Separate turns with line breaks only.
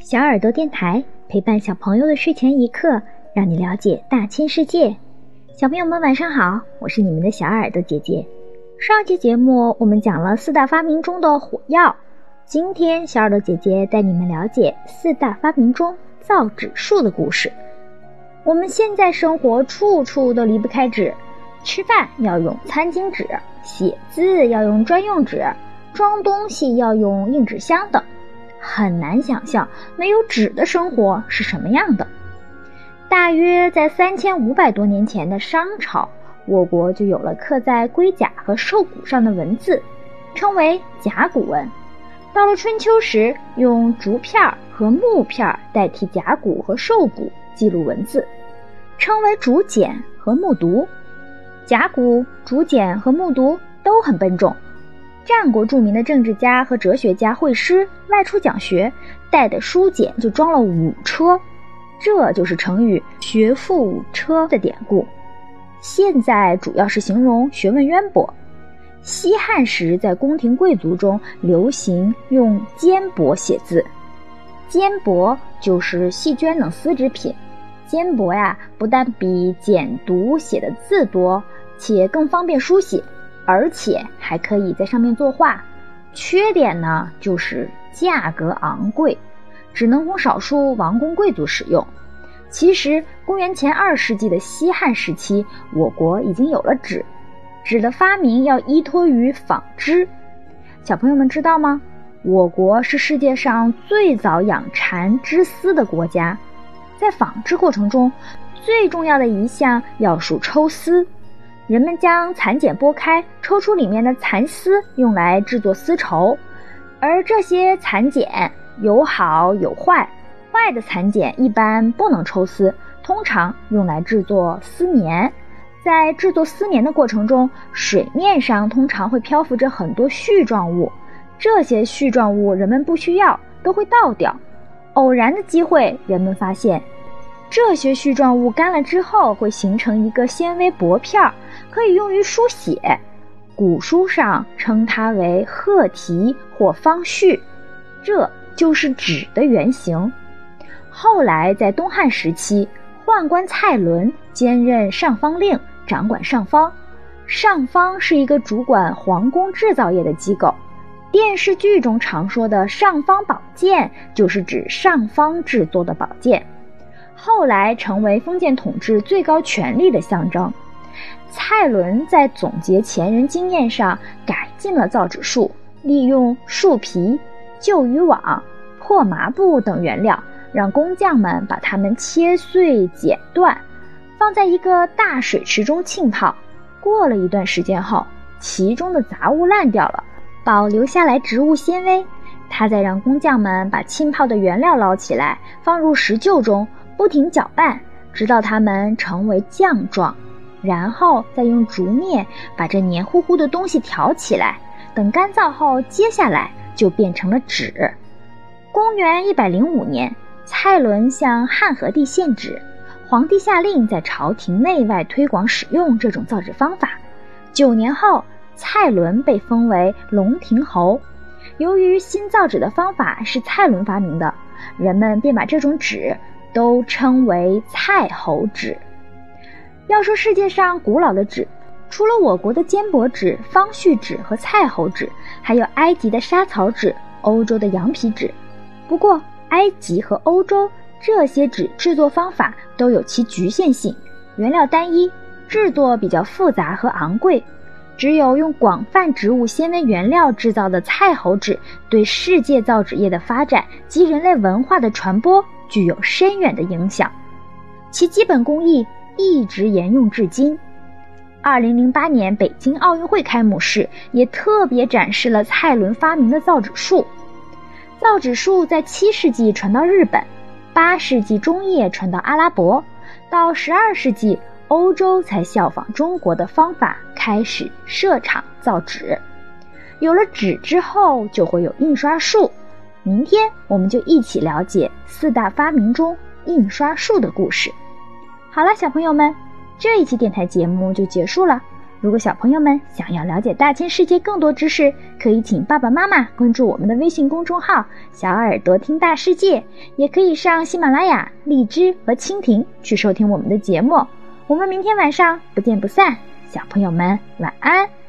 小耳朵电台陪伴小朋友的睡前一刻，让你了解大千世界。小朋友们晚上好，我是你们的小耳朵姐姐。上期节目我们讲了四大发明中的火药，今天小耳朵姐姐带你们了解四大发明中造纸术的故事。我们现在生活处处都离不开纸，吃饭要用餐巾纸，写字要用专用纸，装东西要用硬纸箱等。很难想象没有纸的生活是什么样的。大约在3500多年前的商朝，我国就有了刻在龟甲和兽骨上的文字，称为甲骨文。到了春秋时，用竹片和木片代替甲骨和兽骨记录文字，称为竹简和木牍。甲骨、竹简和木牍都很笨重。战国著名的政治家和哲学家惠施外出讲学，带的书简就装了5车，这就是成语学富五车的典故。现在主要是形容学问渊博。西汉时在宫廷贵族中流行用缣帛写字，缣帛就是细绢等丝织品。缣帛不但比简牍写的字多，且更方便书写，而且还可以在上面作画。缺点呢，就是价格昂贵，只能供少数王公贵族使用。其实公元前2世纪的西汉时期，我国已经有了纸。纸的发明要依托于纺织。小朋友们知道吗？我国是世界上最早养蚕织丝的国家。在纺织过程中，最重要的一项要数抽丝。人们将蚕茧剥开，抽出里面的蚕丝，用来制作丝绸。而这些蚕茧有好有坏，坏的蚕茧一般不能抽丝，通常用来制作丝棉。在制作丝棉的过程中，水面上通常会漂浮着很多絮状物，这些絮状物人们不需要，都会倒掉。偶然的机会，人们发现这些絮状物干了之后会形成一个纤维薄片，可以用于书写。古书上称它为褐题或方絮，这就是纸的原型。后来在东汉时期，宦官蔡伦兼任上方令，掌管上方。上方是一个主管皇宫制造业的机构。电视剧中常说的尚方宝剑，就是指上方制作的宝剑。后来成为封建统治最高权力的象征。蔡伦在总结前人经验上改进了造纸术，利用树皮、旧渔网、破麻布等原料，让工匠们把它们切碎剪断，放在一个大水池中浸泡。过了一段时间后，其中的杂物烂掉了，保留下来植物纤维。他再让工匠们把浸泡的原料捞起来，放入石臼中，不停搅拌，直到它们成为酱状，然后再用竹篾把这黏糊糊的东西挑起来，等干燥后揭下来，就变成了纸。公元105年，蔡伦向汉和帝献纸，皇帝下令在朝廷内外推广使用这种造纸方法。9年后，蔡伦被封为龙亭侯。由于新造纸的方法是蔡伦发明的，人们便把这种纸都称为蔡侯纸。要说世界上古老的纸，除了我国的缣帛纸、方絮纸和蔡侯纸，还有埃及的沙草纸、欧洲的羊皮纸。不过埃及和欧洲这些纸制作方法都有其局限性，原料单一，制作比较复杂和昂贵。只有用广泛植物纤维原料制造的蔡侯纸，对世界造纸业的发展及人类文化的传播具有深远的影响，其基本工艺一直沿用至今。2008年北京奥运会开幕式也特别展示了蔡伦发明的造纸术。造纸术在7世纪传到日本，8世纪中叶传到阿拉伯，到12世纪欧洲才效仿中国的方法开始设厂造纸。有了纸之后，就会有印刷术。明天我们就一起了解4大发明中印刷术的故事。好了，小朋友们，这一期电台节目就结束了。 如果小朋友们想要了解大千世界更多知识，可以请爸爸妈妈关注我们的微信公众号小耳朵听大世界，也可以上喜马拉雅、荔枝和蜻蜓去收听我们的节目。我们明天晚上不见不散，小朋友们晚安。